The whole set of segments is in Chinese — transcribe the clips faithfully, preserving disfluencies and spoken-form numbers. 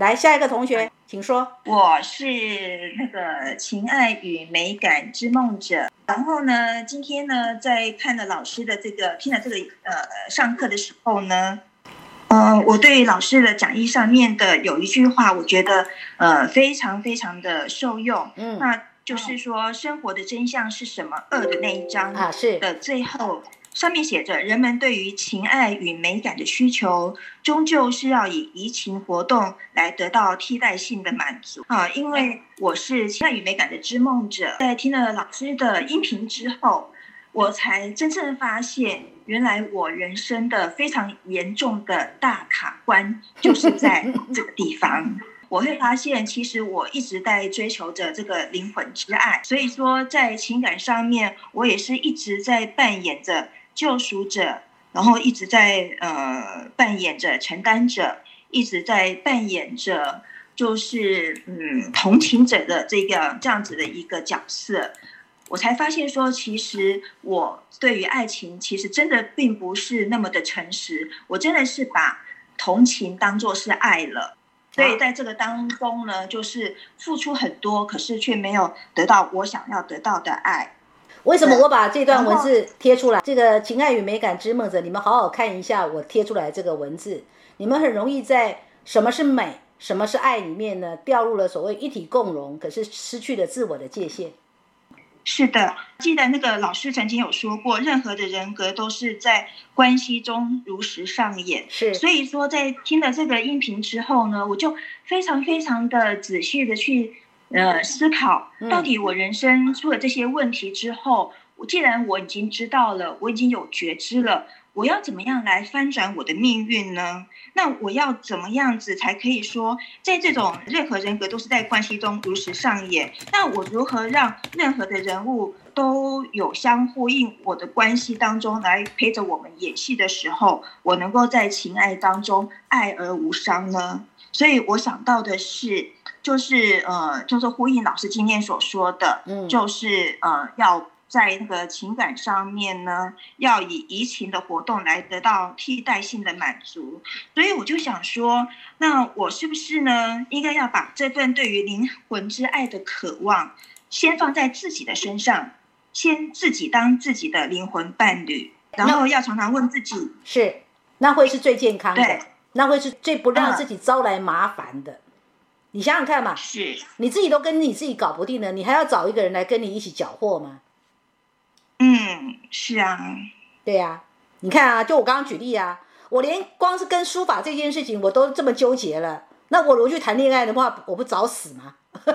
来，下一个同学，请说。 我是那个情爱与美感之梦者。然后呢，今天呢，在看了老师的这个，听了这个呃上课的时候呢，呃，我对老师的讲义上面的有一句话，我觉得呃非常非常的受用。嗯，那就是说，生活的真相是什么？二的那一章啊，是的最后。上面写着，人们对于情爱与美感的需求，终究是要以移情活动来得到替代性的满足啊！因为我是情爱与美感的织梦者，在听了老师的音频之后，我才真正发现，原来我人生的非常严重的大卡关就是在这个地方。我会发现，其实我一直在追求着这个灵魂之爱，所以说在情感上面，我也是一直在扮演着救赎者，然后一直在呃扮演着承担者，一直在扮演着就是嗯同情者的这个这样子的一个角色。我才发现说，其实我对于爱情其实真的并不是那么的诚实，我真的是把同情当作是爱了。所以在这个当中呢，就是付出很多，可是却没有得到我想要得到的爱。 为什么我把这段文字贴出来？这个情爱与美感之梦者，你们好好看一下我贴出来这个文字，你们很容易在什么是美，什么是爱里面呢，掉入了所谓一体共融，可是失去了自我的界限。 是的，记得那个老师曾经有说过，任何的人格都是在关系中如实上演。 是， 所以说在听了这个音频之后呢，我就非常非常的仔细的去呃思考，到底我人生出了这些问题之后，我既然我已经知道了，我已经有觉知了，我要怎么样来翻转我的命运呢？那我要怎么样子才可以说，在这种任何人格都是在关系中如实上演？那我如何让任何的人物都有相呼应我的关系当中来陪着我们演戏的时候，我能够在情爱当中爱而无伤呢？所以我想到的是，就是呃，就是呼应老师今天所说的，嗯，就是呃要。在那个情感上面呢，要以移情的活动来得到替代性的满足，所以我就想说，那我是不是呢，应该要把这份对于灵魂之爱的渴望，先放在自己的身上，先自己当自己的灵魂伴侣，然后要常常问自己， 是，那会是最健康的， 对， 那会是最不让自己招来麻烦的。嗯，你想想看嘛， 是， 你自己都跟你自己搞不定了，你还要找一个人来跟你一起搅和吗？ 嗯，是啊， 对啊，你看啊，就我刚刚举例啊，我连光是跟书法这件事情我都这么纠结了，那我如果去谈恋爱的话，我不早死吗？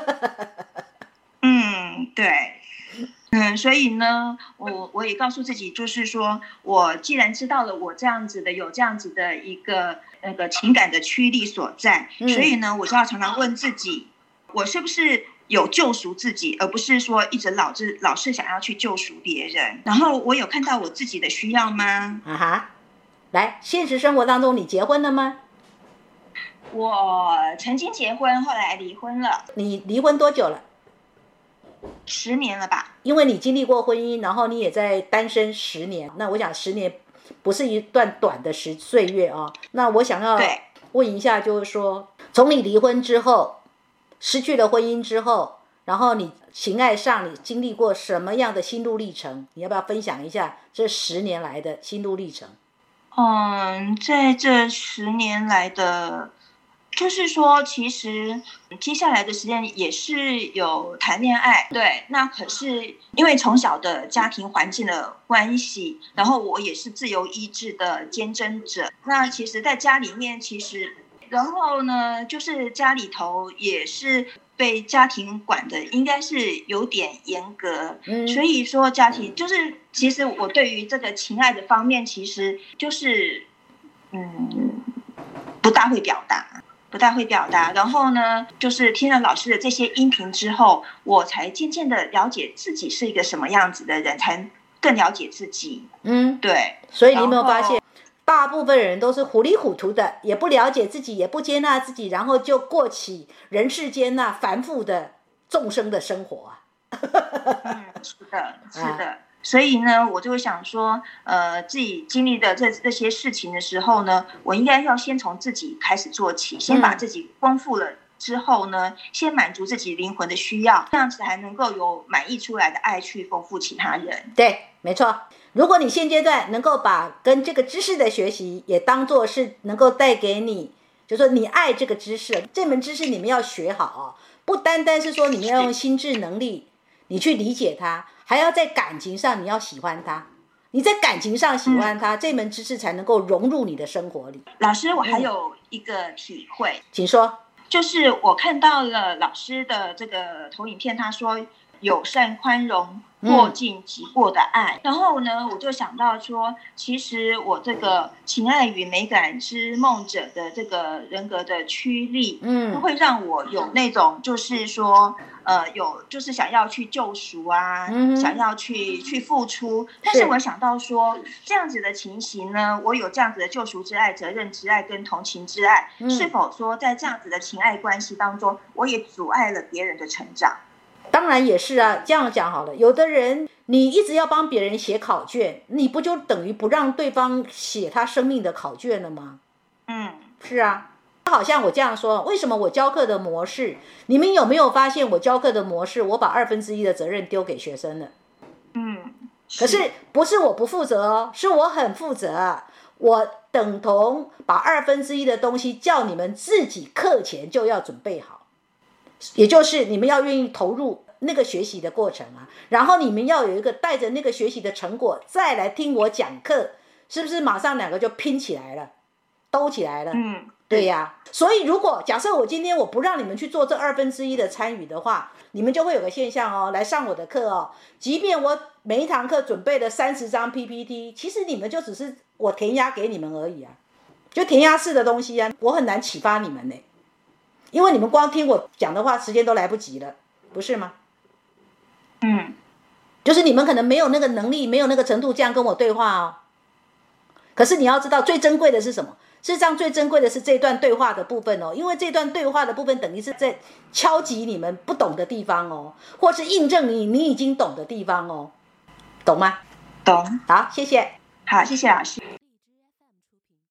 嗯，对，嗯，所以呢，我我也告诉自己，就是说我既然知道了我这样子的有这样子的一个那个情感的驱力所在，嗯，所以呢，我就要常常问自己，我是不是有救赎自己，而不是说一直老是老是想要去救赎别人。然后我有看到我自己的需要吗？ 啊哈，来，现实生活当中你结婚了吗？ 我曾经结婚，后来离婚了。 你离婚多久了？ 十年了吧。 因为你经历过婚姻，然后你也在单身十年，那我想十年不是一段短的时岁月啊。那我想要问一下，就是说，从你离婚之后，失去了婚姻之后，然后你情爱上你经历过什么样的心路历程？你要不要分享一下这十年来的心路历程？ 嗯，在这十年来的，就是说，其实接下来的时间也是有谈恋爱，对，那可是因为从小的家庭环境的关系，然后我也是自由意志的坚贞者，那其实在家里面，其实。然后呢，就是家里头也是被家庭管的，应该是有点严格，嗯，所以说家庭就是，其实我对于这个情爱的方面，其实就是，嗯，不大会表达，不大会表达。然后呢，就是听了老师的这些音频之后，我才渐渐的了解自己是一个什么样子的人，才更了解自己。嗯，对。 所以你有没有发现？大部分人都是糊里糊涂的，也不了解自己，也不接纳自己，然后就过起人世间那凡夫的众生的生活啊。 嗯，是的，是的。啊， 所以呢，我就会想说，呃，自己经历的这这些事情的时候呢，我应该要先从自己开始做起，先把自己丰富了之后呢，嗯、先满足自己灵魂的需要，这样子才能够有满溢出来的爱去丰富其他人。 对，没错。如果你现阶段能够把跟这个知识的学习也当作是能够带给你，就是说你爱这个知识，这门知识你们要学好哦，不单单是说你们要用心智能力你去理解它，还要在感情上你要喜欢它，你在感情上喜欢它、嗯、这门知识才能够融入你的生活里。 老师，我还有一个体会、嗯、 请说。 就是我看到了老师的这个投影片，他说友善宽容过尽即过的爱、嗯、然后呢我就想到说，其实我这个情爱与美感之梦者的这个人格的驱力，嗯，会让我有那种就是说呃，有就是想要去救赎啊、嗯、想要去去付出，但是我想到说这样子的情形呢，我有这样子的救赎之爱、责任之爱跟同情之爱、嗯、是否说在这样子的情爱关系当中，我也阻碍了别人的成长？ 当然也是啊，这样讲好了，有的人你一直要帮别人写考卷，你不就等于不让对方写他生命的考卷了吗？嗯，是啊。好像我这样说，为什么我教课的模式，你们有没有发现我教课的模式，我把二分之一的责任丢给学生了？嗯，可是不是我不负责哦，是我很负责，我等同把二分之一的东西叫你们自己课前就要准备好，也就是你们要愿意投入那个学习的过程啊，然后你们要有一个带着那个学习的成果再来听我讲课，是不是马上两个就拼起来了，兜起来了？嗯，对呀。所以如果假设我今天我不让你们去做这二分之一的参与的话，你们就会有个现象哦，来上我的课哦，即便我每一堂课准备了三十张 P P T， 其实你们就只是我填鸭给你们而已啊，就填鸭式的东西啊，我很难启发你们呢，因为你们光听我讲的话时间都来不及了，不是吗？嗯，就是你们可能没有那个能力，没有那个程度这样跟我对话哦。可是你要知道最珍贵的是什么？事实上最珍贵的是这段对话的部分哦，因为这段对话的部分等于是在敲击你们不懂的地方哦，或是印证你你已经懂的地方哦，懂吗？ 懂。 好，谢谢。 好，谢谢老师。